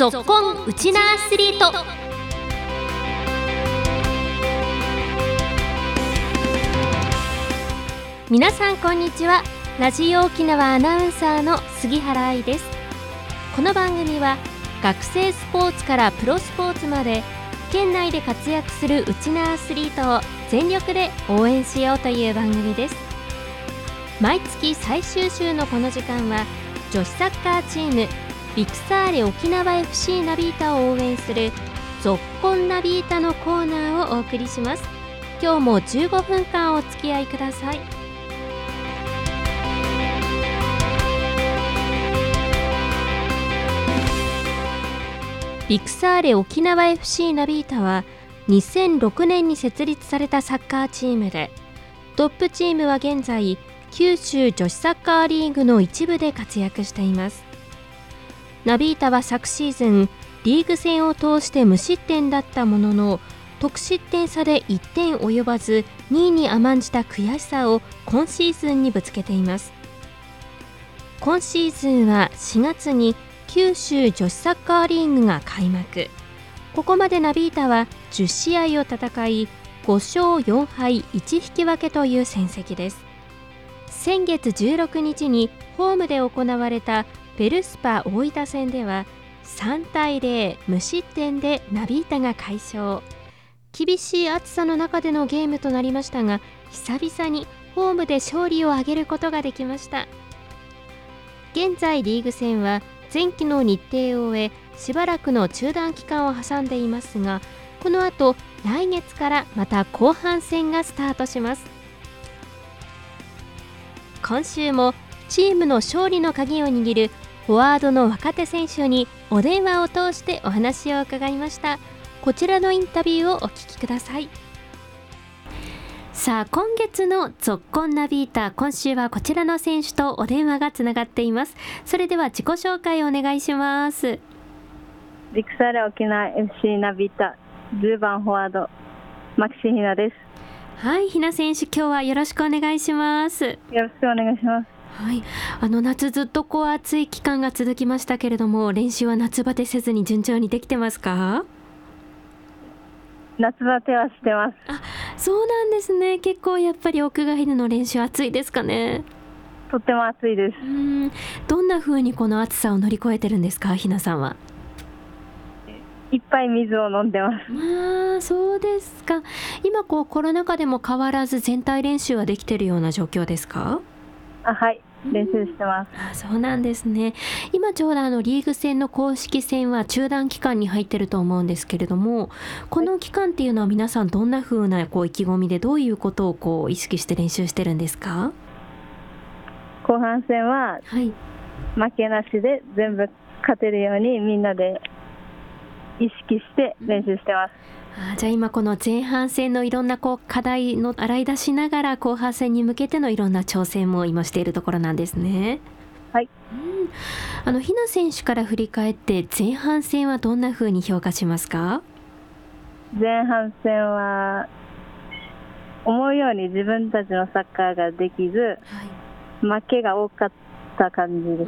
ぞっこんウチナアスリート。皆さんこんにちは。ラジオ沖縄アナウンサーの杉原愛です。この番組は学生スポーツからプロスポーツまで県内で活躍するウチナアスリートを全力で応援しようという番組です。毎月最終週のこの時間は女子サッカーチームビクサーレ沖縄 FC ナビータを応援するぞっこんナビータのコーナーをお送りします。今日も15分間お付き合いください。ビクサーレ沖縄 FC ナビータは2006年に設立されたサッカーチームで、トップチームは現在九州女子サッカーリーグの一部で活躍しています。ナビータは昨シーズンリーグ戦を通して無失点だったものの、得失点差で1点及ばず2位に甘んじた悔しさを今シーズンにぶつけています。今シーズンは4月に九州女子サッカーリーグが開幕。ここまでナビータは10試合を戦い5勝4敗1引き分けという戦績です。先月16日にホームで行われたベルスパ大分戦では3対0無失点でナビータが快勝。厳しい暑さの中でのゲームとなりましたが、久々にホームで勝利を挙げることができました。現在リーグ戦は前期の日程を終え、しばらくの中断期間を挟んでいますが、この後来月からまた後半戦がスタートします。今週もチームの勝利の鍵を握るフォワードの若手選手にお電話を通してお話を伺いました。こちらのインタビューをお聞きください。さあ、今月のぞっこんナビータ、今週はこちらの選手とお電話がつながっています。それでは自己紹介をお願いします。 ビクサーレ沖縄 FC ナビータ10番フォワード牧志ひなです。 はい、ひな選手、今日はよろしくお願いします。 よろしくお願いします。 はい、夏ずっと暑い期間が続きましたけれども、練習は夏バテせずに順調にできてますか？ 夏バテはしてます。 そうなんですね。結構やっぱり屋外での練習暑いですかね？ とっても暑いです。 どんな風にこの暑さを乗り越えてるんですか、ひなさんは？ いっぱい水を飲んでます。 そうですか。今コロナ禍でも変わらず全体練習はできているような状況ですか？ はい、練習してます。 そうなんですね。今ちょうどリーグ戦の公式戦は中断期間に入ってると思うんですけれども、この期間っていうのは皆さんどんな風な意気込みで、どういうことを意識して練習してるんですか？ 後半戦は負けなしで全部勝てるようにみんなで意識して練習してます。 じゃあ今この前半戦のいろんな課題の洗い出しながら、後半戦に向けてのいろんな挑戦も今しているところなんですね。 はい。 ひな選手から振り返って前半戦はどんな風に評価しますか？ 前半戦は思うように自分たちのサッカーができず、負けが多かった感じです。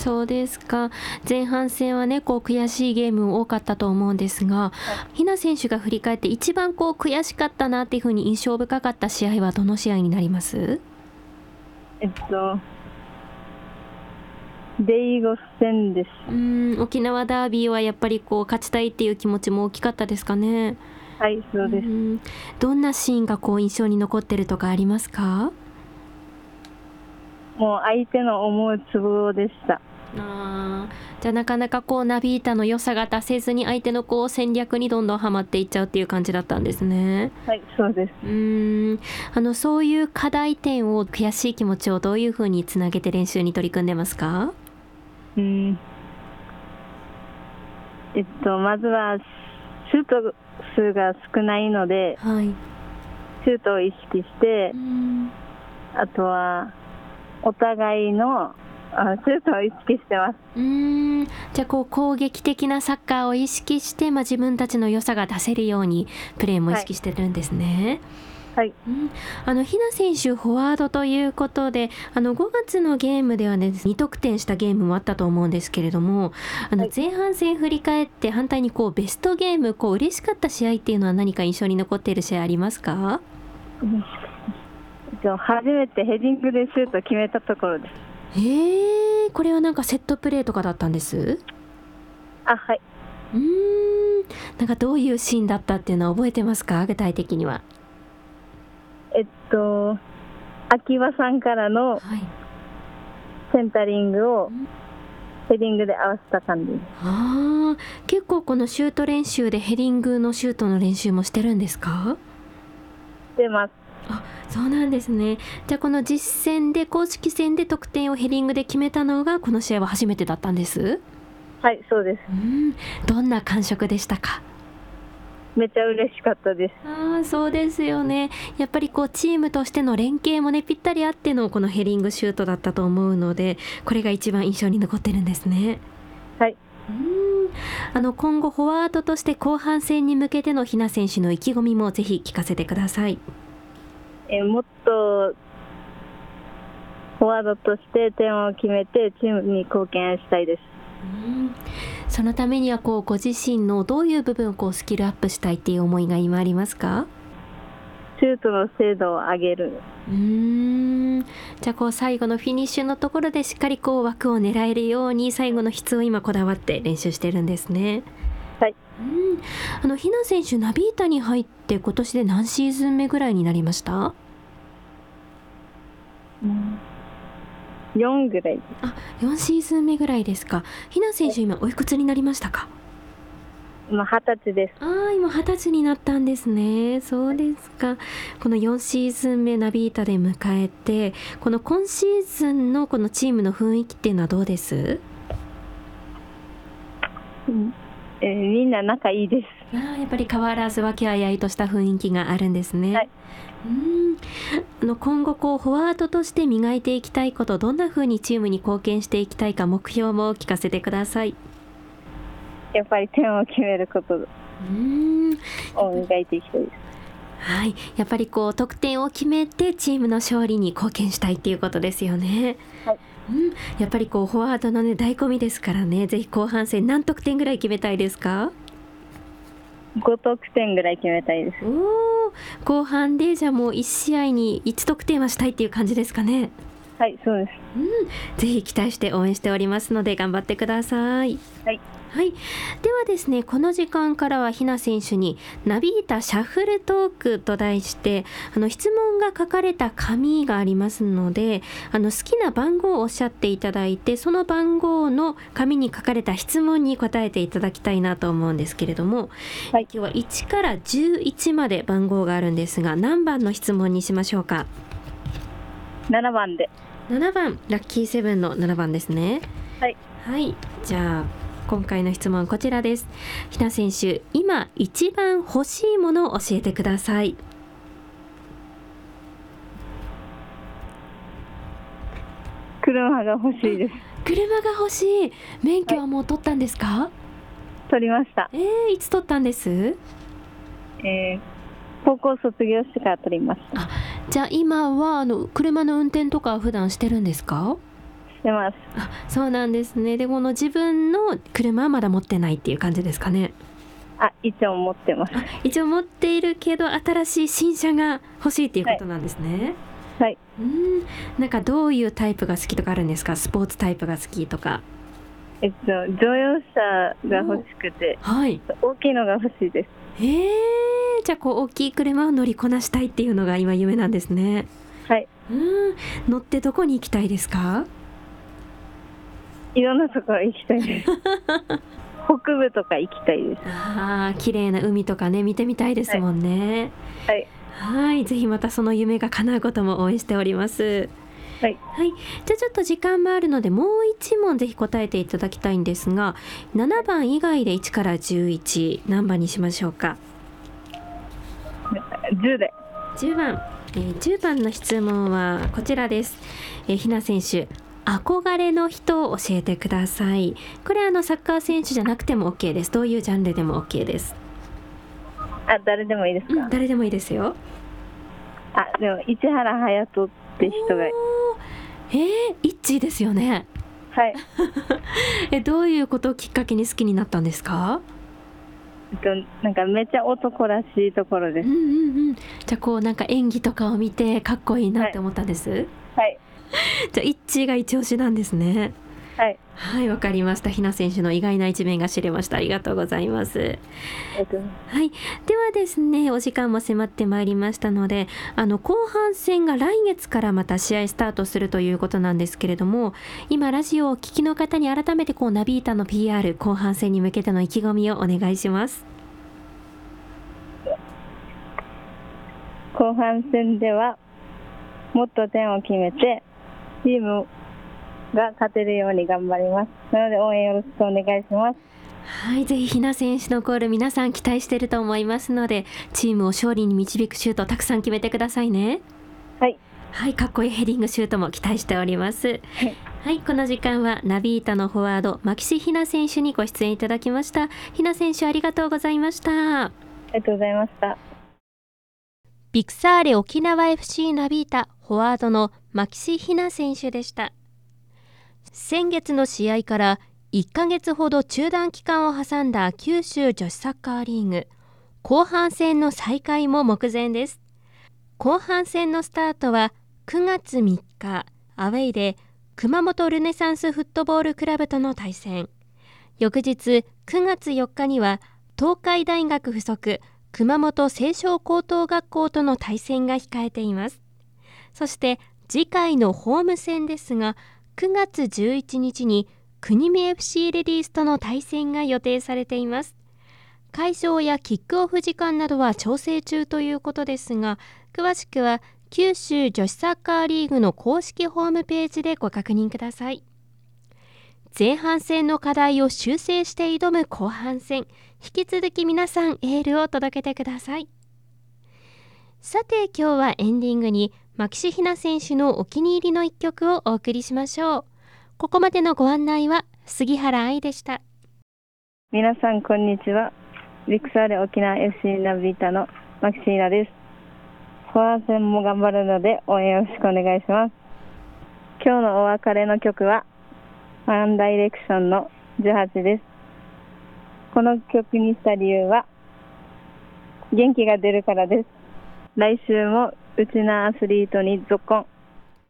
そうですか。前半戦はね、悔しいゲーム多かったと思うんですが、ひな選手が振り返って一番悔しかったなっていうふうに印象深かった試合はどの試合になります？ デイゴ戦です。 沖縄ダービーはやっぱり勝ちたいっていう気持ちも大きかったですかね？ はい、そうです。 どんなシーンが印象に残ってるとかありますか？ もう相手の思うつぼでした。 じゃあなかなかナビータの良さが出せずに、相手の戦略にどんどんはまっていっちゃうっていう感じだったんですね。 はい、そうです。 そういう課題点を、悔しい気持ちをどういうふうにつなげて練習に取り組んでますか？ まずはシュート数が少ないので、シュートを意識して、あとはお互いのシュートを意識してます。 じゃあ攻撃的なサッカーを意識して、自分たちの良さが出せるようにプレーも意識してるんですね。 はい。 ひな選手フォワードということで、5月のゲームではね、2得点したゲームもあったと思うんですけれども、前半戦振り返って反対にベストゲーム、嬉しかった試合っていうのは何か印象に残っている試合ありますか？ 初めてヘディングでシュート決めたところです。 これはなんかセットプレーとかだったんです？ はい。 なんかどういうシーンだったっていうのは覚えてますか？具体的には。 秋葉さんからのセンタリングをヘディングで合わせた感じです。 結構このシュート練習でヘディングのシュートの練習もしてるんですか？ してます。 そうなんですね。じゃあこの実戦で公式戦で得点をヘディングで決めたのがこの試合は初めてだったんです？ はい、そうです。 どんな感触でしたか？ めっちゃ嬉しかったです。 そうですよね。やっぱりチームとしての連携もねぴったりあってのこのヘディングシュートだったと思うので、これが一番印象に残ってるんですね。 はい。 今後フォワードとして後半戦に向けてのひな選手の意気込みもぜひ聞かせてください。 もっとフォワードとして点を決めてチームに貢献したいです。 そのためにはご自身のどういう部分をスキルアップしたいっていう思いが今ありますか？ シュートの精度を上げる。 じゃあ最後のフィニッシュのところでしっかり枠を狙えるように最後の質を今こだわって練習してるんですね。 はい。 ひな選手ナビータに入って今年で何シーズン目ぐらいになりました？ 4ぐらい。 4シーズン目ぐらいですか。ひな選手今おいくつになりましたか？ 今20歳です。 今20歳になったんですね。そうですか。この4シーズン目ナビータで迎えて、この今シーズンのこのチームの雰囲気っていうのはどうです？ みんな仲いいです。 やっぱり変わらず和気あいあいとした雰囲気があるんですね。 はい。 今後フォワードとして磨いていきたいこと、どんな風にチームに貢献していきたいか目標も聞かせてください。 やっぱり点を決めることを磨いていきたいです。 はい、やっぱり得点を決めてチームの勝利に貢献したいっていうことですよね。 はい。 やっぱりフォワードのね醍醐味ですからね。ぜひ後半戦何得点ぐらい決めたいですか ？5得点ぐらい決めたいです。 後半でじゃあもう1試合に1得点はしたいっていう感じですかね。 はい、そうです。 ぜひ期待して応援しておりますので頑張ってください。 はい。 はい、ではですね、この時間からはひな選手にナビータシャッフルトークと題して質問が書かれた紙がありますので好きな番号をおっしゃっていただいて、その番号の紙に書かれた質問に答えていただきたいなと思うんですけれども、 はい、 今日は1から11まで番号があるんですが、何番の質問にしましょうか ？7番で。 7番、ラッキーセブンの7番ですね。 はい。 はい、じゃあ今回の質問こちらです。ひな選手、今一番欲しいものを教えてください。 車が欲しいです。 車が欲しい。免許はもう取ったんですか？はい、 取りました。 いつ取ったんです？ 高校卒業してから取りました。 じゃあ今は車の運転とか普段してるんですか？ してます。 そうなんですね。でこの自分の車はまだ持ってないっていう感じですかね？ 一応持ってます。 一応持っているけど新しい新車が欲しいっていうことなんですね。 はい。 なんかどういうタイプが好きとかあるんですか？スポーツタイプが好きとか。 乗用車が欲しくて、 はい、 大きいのが欲しいです。 じゃあ大きい車を乗りこなしたいっていうのが今夢なんですね。 はい。 乗ってどこに行きたいですか？ いろんなところ行きたいです北部とか行きたいです。 綺麗な海とかね見てみたいですもんね。 はい、 はい、ぜひまたその夢が叶うことも応援しております。 はい、 はい、じゃあちょっと時間もあるのでもう1問ぜひ答えていただきたいんですが、7番以外で1から11何番にしましょうか ？10で。 10番、10番の質問はこちらです。ひな選手、憧れの人を教えてください。これサッカー選手じゃなくても OK です。どういうジャンルでも OK です。 誰でもいいですか？ 誰でもいいですよ。 でも市原隼人って人が。 イッチーですよね。 はい。 どういうことをきっかけに好きになったんですか？ なんかめっちゃ男らしいところです。 じゃあこうなんか演技とかを見てかっこいいなって思ったんです。 はい。 じゃあイッチーが一押しなんですね。 はい。 はい、わかりました。ひな選手の意外な一面が知れました。ありがとうございます。はい、ではですね、お時間も迫ってまいりましたので、後半戦が来月からまた試合スタートするということなんですけれども、今ラジオをお聞きの方に改めてナビータの PR 後半戦に向けての意気込みをお願いします。 後半戦ではもっと点を決めてチームが勝てるように頑張ります。なので応援よろしくお願いします。 はい、ぜひひな選手のゴール皆さん期待していると思いますので、チームを勝利に導くシュートたくさん決めてくださいね。 はい。 はい、かっこいいヘディングシュートも期待しております。はい、この時間はナビータのフォワード牧師ひな選手にご出演いただきました。ひな選手ありがとうございました。 ありがとうございました。 ビクサーレ沖縄 FC ナビータフォワードの牧師ひな選手でした。先月の試合から1ヶ月ほど中断期間を挟んだ九州女子サッカーリーグ後半戦の再開も目前です。後半戦のスタートは9月3日アウェイで熊本ルネサンスフットボールクラブとの対戦、翌日9月4日には東海大学附属熊本青少高等学校との対戦が控えています。そして次回のホーム戦ですが9月11日に国見 FC レディースとの対戦が予定されています。会場やキックオフ時間などは調整中ということですが、詳しくは九州女子サッカーリーグの公式ホームページでご確認ください。前半戦の課題を修正して挑む後半戦、引き続き皆さんエールを届けてください。さて今日はエンディングに牧師ひな選手のお気に入りの一曲をお送りしましょう。ここまでのご案内は杉原愛でした。 皆さんこんにちは。ビクサーレ沖縄 FC ナビータの牧師ひなです。後半戦も頑張るので応援よろしくお願いします。今日のお別れの曲はワンダイレクションの18です。この曲にした理由は元気が出るからです。来週もうちなアスリートにぞっこん。